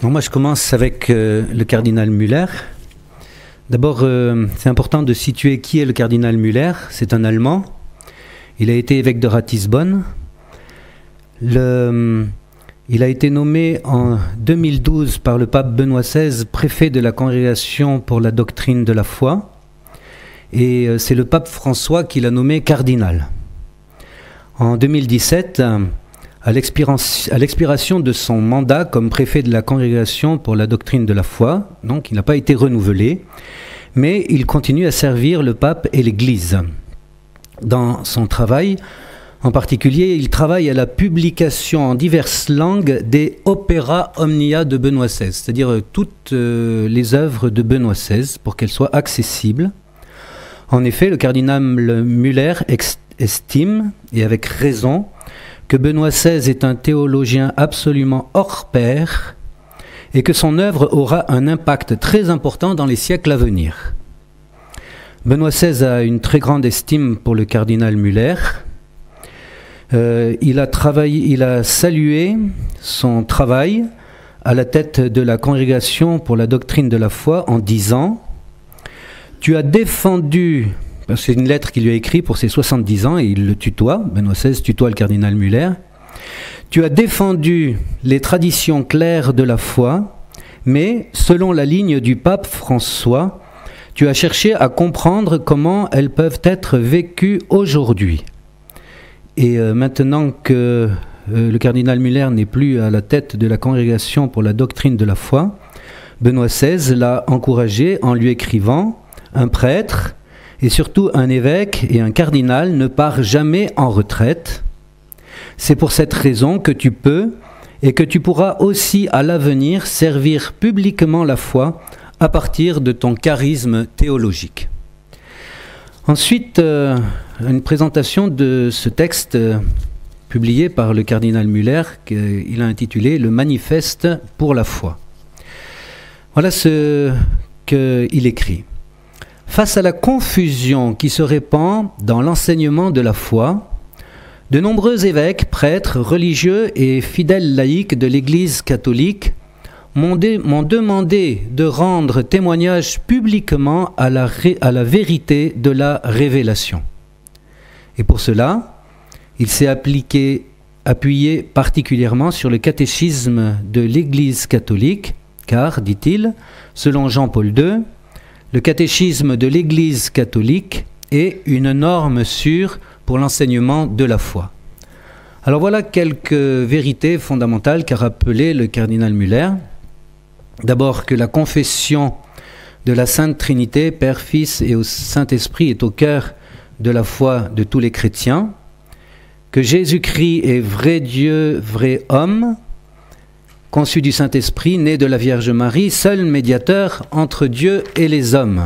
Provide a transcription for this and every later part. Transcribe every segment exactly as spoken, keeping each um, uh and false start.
Donc moi je commence avec euh, le cardinal Müller. D'abord, euh, c'est important de situer qui est le cardinal Müller. C'est un Allemand. Il a été évêque de Ratisbonne. Le, il a été nommé en deux mille douze par le pape Benoît seize préfet de la Congrégation pour la doctrine de la foi. Et euh, c'est le pape François qui l'a nommé cardinal. En deux mille dix-sept, à l'expiration de son mandat comme préfet de la Congrégation pour la doctrine de la foi, donc il n'a pas été renouvelé, mais il continue à servir le pape et l'Église. Dans son travail, en particulier, il travaille à la publication en diverses langues des Opera Omnia de Benoît seize, c'est-à-dire toutes euh, les œuvres de Benoît seize pour qu'elles soient accessibles. En effet, le cardinal Müller estime, et avec raison, que Benoît seize est un théologien absolument hors pair et que son œuvre aura un impact très important dans les siècles à venir. Benoît seize a une très grande estime pour le cardinal Müller. Euh, il a travaillé, il a salué son travail à la tête de la Congrégation pour la doctrine de la foi en disant « Tu as défendu... » C'est une lettre qu'il lui a écrite pour ses soixante-dix ans et il le tutoie. Benoît seize tutoie le cardinal Müller. Tu as défendu les traditions claires de la foi, mais selon la ligne du pape François, tu as cherché à comprendre comment elles peuvent être vécues aujourd'hui. Et euh, maintenant que euh, le cardinal Müller n'est plus à la tête de la Congrégation pour la doctrine de la foi, Benoît seize l'a encouragé en lui écrivant « Un prêtre » et surtout un évêque et un cardinal ne part jamais en retraite. C'est pour cette raison que tu peux et que tu pourras aussi à l'avenir servir publiquement la foi à partir de ton charisme théologique. Ensuite, euh, une présentation de ce texte euh, publié par le cardinal Müller qu'il a intitulé « Le manifeste pour la foi ». Voilà ce qu'il écrit. Face à la confusion qui se répand dans l'enseignement de la foi, de nombreux évêques, prêtres, religieux et fidèles laïcs de l'Église catholique m'ont, dé- m'ont demandé de rendre témoignage publiquement à la, ré- à la vérité de la révélation. Et pour cela, il s'est appliqué, appuyé particulièrement sur le catéchisme de l'Église catholique, car, dit-il, selon Jean-Paul deux, le catéchisme de l'Église catholique est une norme sûre pour l'enseignement de la foi. Alors voilà quelques vérités fondamentales qu'a rappelé le cardinal Müller. D'abord que la confession de la Sainte Trinité, Père, Fils et au Saint-Esprit est au cœur de la foi de tous les chrétiens, que Jésus-Christ est vrai Dieu, vrai homme, conçu du Saint-Esprit, né de la Vierge Marie, seul médiateur entre Dieu et les hommes.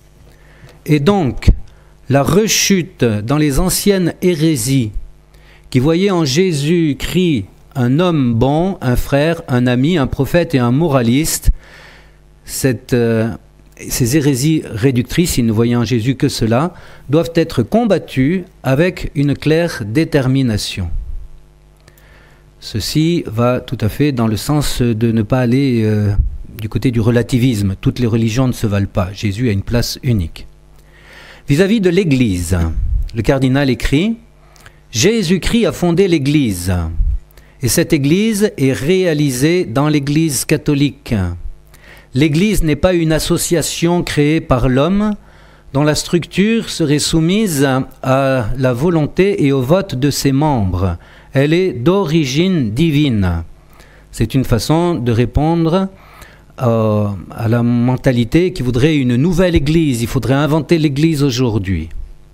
Et donc, la rechute dans les anciennes hérésies qui voyaient en Jésus-Christ un homme bon, un frère, un ami, un prophète et un moraliste, cette, euh, ces hérésies réductrices, ils ne voyaient en Jésus que cela, doivent être combattues avec une claire détermination. Ceci va tout à fait dans le sens de ne pas aller euh, du côté du relativisme. Toutes les religions ne se valent pas. Jésus a une place unique. Vis-à-vis de l'Église, le cardinal écrit « Jésus-Christ a fondé l'Église, et cette Église est réalisée dans l'Église catholique. L'Église n'est pas une association créée par l'homme, dont la structure serait soumise à la volonté et au vote de ses membres. Elle est d'origine divine. » C'est une façon de répondre euh, à la mentalité qui voudrait une nouvelle Église. Il faudrait inventer l'Église aujourd'hui.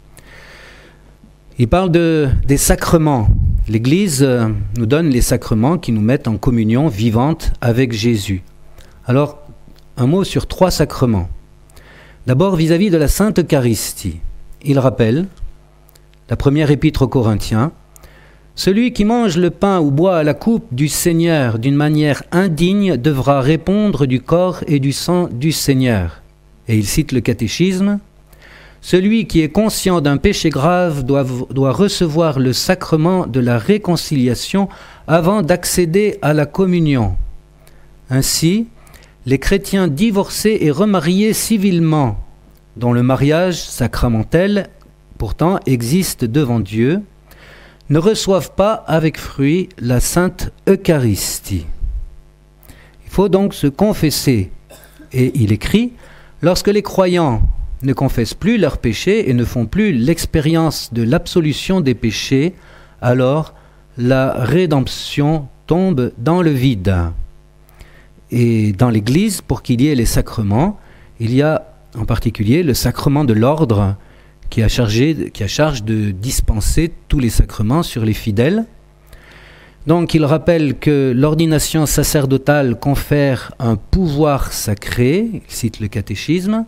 Il parle de, des sacrements. L'Église euh, nous donne les sacrements qui nous mettent en communion vivante avec Jésus. Alors, un mot sur trois sacrements. D'abord, vis-à-vis de la Sainte Eucharistie. Il rappelle la première épître aux Corinthiens. Celui qui mange le pain ou boit à la coupe du Seigneur d'une manière indigne devra répondre du corps et du sang du Seigneur. Et il cite le catéchisme. Celui qui est conscient d'un péché grave doit, doit recevoir le sacrement de la réconciliation avant d'accéder à la communion. Ainsi, les chrétiens divorcés et remariés civilement, dont le mariage sacramentel pourtant existe devant Dieu, ne reçoivent pas avec fruit la Sainte Eucharistie. Il faut donc se confesser. Et il écrit, lorsque les croyants ne confessent plus leurs péchés et ne font plus l'expérience de l'absolution des péchés, alors la rédemption tombe dans le vide. Et dans l'Église, pour qu'il y ait les sacrements, il y a en particulier le sacrement de l'ordre qui a, chargé, qui a charge de dispenser tous les sacrements sur les fidèles. Donc il rappelle que l'ordination sacerdotale confère un pouvoir sacré, il cite le catéchisme,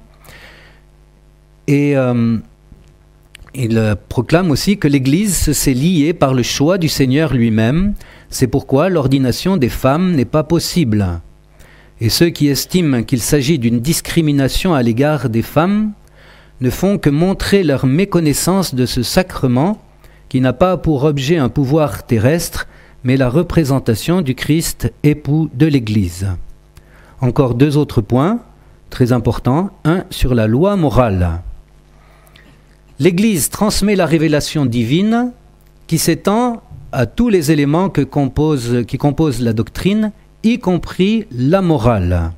et euh, il proclame aussi que l'Église se s'est liée par le choix du Seigneur lui-même. C'est pourquoi l'ordination des femmes n'est pas possible. Et ceux qui estiment qu'il s'agit d'une discrimination à l'égard des femmes ne font que montrer leur méconnaissance de ce sacrement qui n'a pas pour objet un pouvoir terrestre, mais la représentation du Christ, époux de l'Église. Encore deux autres points très importants. Un, sur la loi morale. L'Église transmet la révélation divine qui s'étend à tous les éléments que compose, qui composent la doctrine, y compris la morale.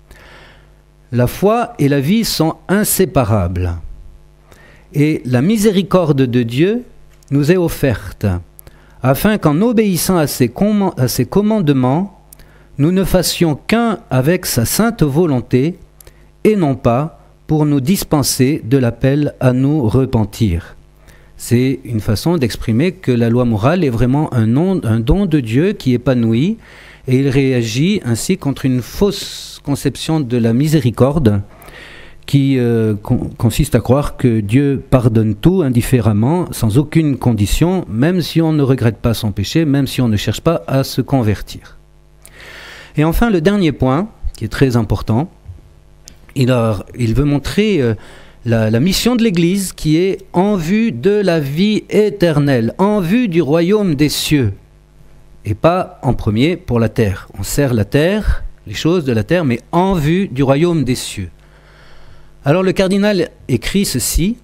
La foi et la vie sont inséparables. Et la miséricorde de Dieu nous est offerte, afin qu'en obéissant à ses, comm- à ses commandements, nous ne fassions qu'un avec sa sainte volonté, et non pas pour nous dispenser de l'appel à nous repentir. C'est une façon d'exprimer que la loi morale est vraiment un, nom, un don de Dieu qui épanouit, et il réagit ainsi contre une fausse conception de la miséricorde qui euh, con- consiste à croire que Dieu pardonne tout indifféremment, sans aucune condition, même si on ne regrette pas son péché, même si on ne cherche pas à se convertir. Et enfin, le dernier point, qui est très important, il, a, il veut montrer euh, la, la mission de l'Église qui est en vue de la vie éternelle, en vue du royaume des cieux, et pas en premier pour la terre. On sert la terre, les choses de la terre, mais en vue du royaume des cieux. Alors le cardinal écrit ceci,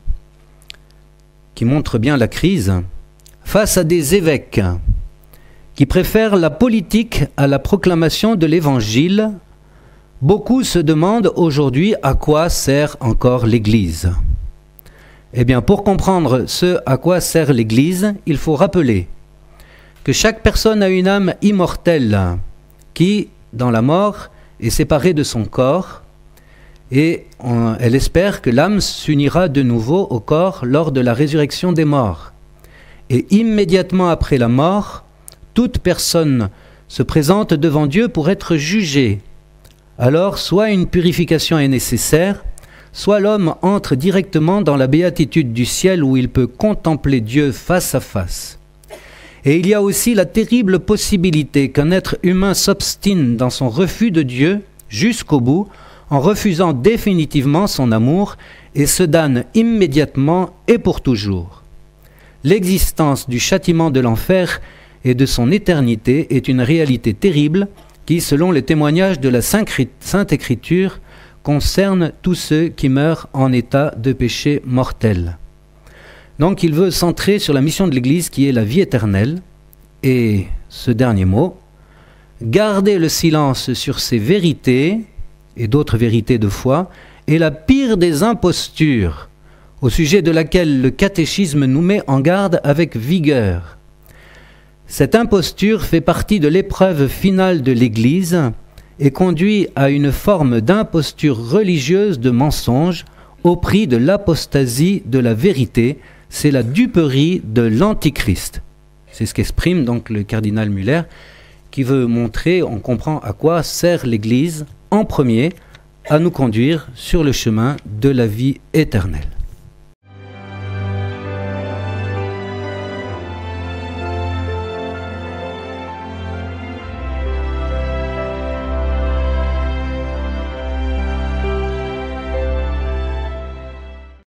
qui montre bien la crise, face à des évêques qui préfèrent la politique à la proclamation de l'Évangile, beaucoup se demandent aujourd'hui à quoi sert encore l'Église. Eh bien, pour comprendre ce à quoi sert l'Église, il faut rappeler que chaque personne a une âme immortelle qui, dans la mort, est séparée de son corps, et on, elle espère que l'âme s'unira de nouveau au corps lors de la résurrection des morts. Et immédiatement après la mort, toute personne se présente devant Dieu pour être jugée. Alors, soit une purification est nécessaire, soit l'homme entre directement dans la béatitude du ciel où il peut contempler Dieu face à face. Et il y a aussi la terrible possibilité qu'un être humain s'obstine dans son refus de Dieu jusqu'au bout, en refusant définitivement son amour et se damne immédiatement et pour toujours. L'existence du châtiment de l'enfer et de son éternité est une réalité terrible qui, selon les témoignages de la Sainte Écriture, concerne tous ceux qui meurent en état de péché mortel. Donc il veut centrer sur la mission de l'Église qui est la vie éternelle, et ce dernier mot, garder le silence sur ces vérités et d'autres vérités de foi est la pire des impostures, au sujet de laquelle le catéchisme nous met en garde avec vigueur. Cette imposture fait partie de l'épreuve finale de l'Église et conduit à une forme d'imposture religieuse de mensonge au prix de l'apostasie de la vérité. C'est la duperie de l'Antichrist. C'est ce qu'exprime donc le cardinal Müller, qui veut montrer, on comprend à quoi sert l'Église en premier, à nous conduire sur le chemin de la vie éternelle.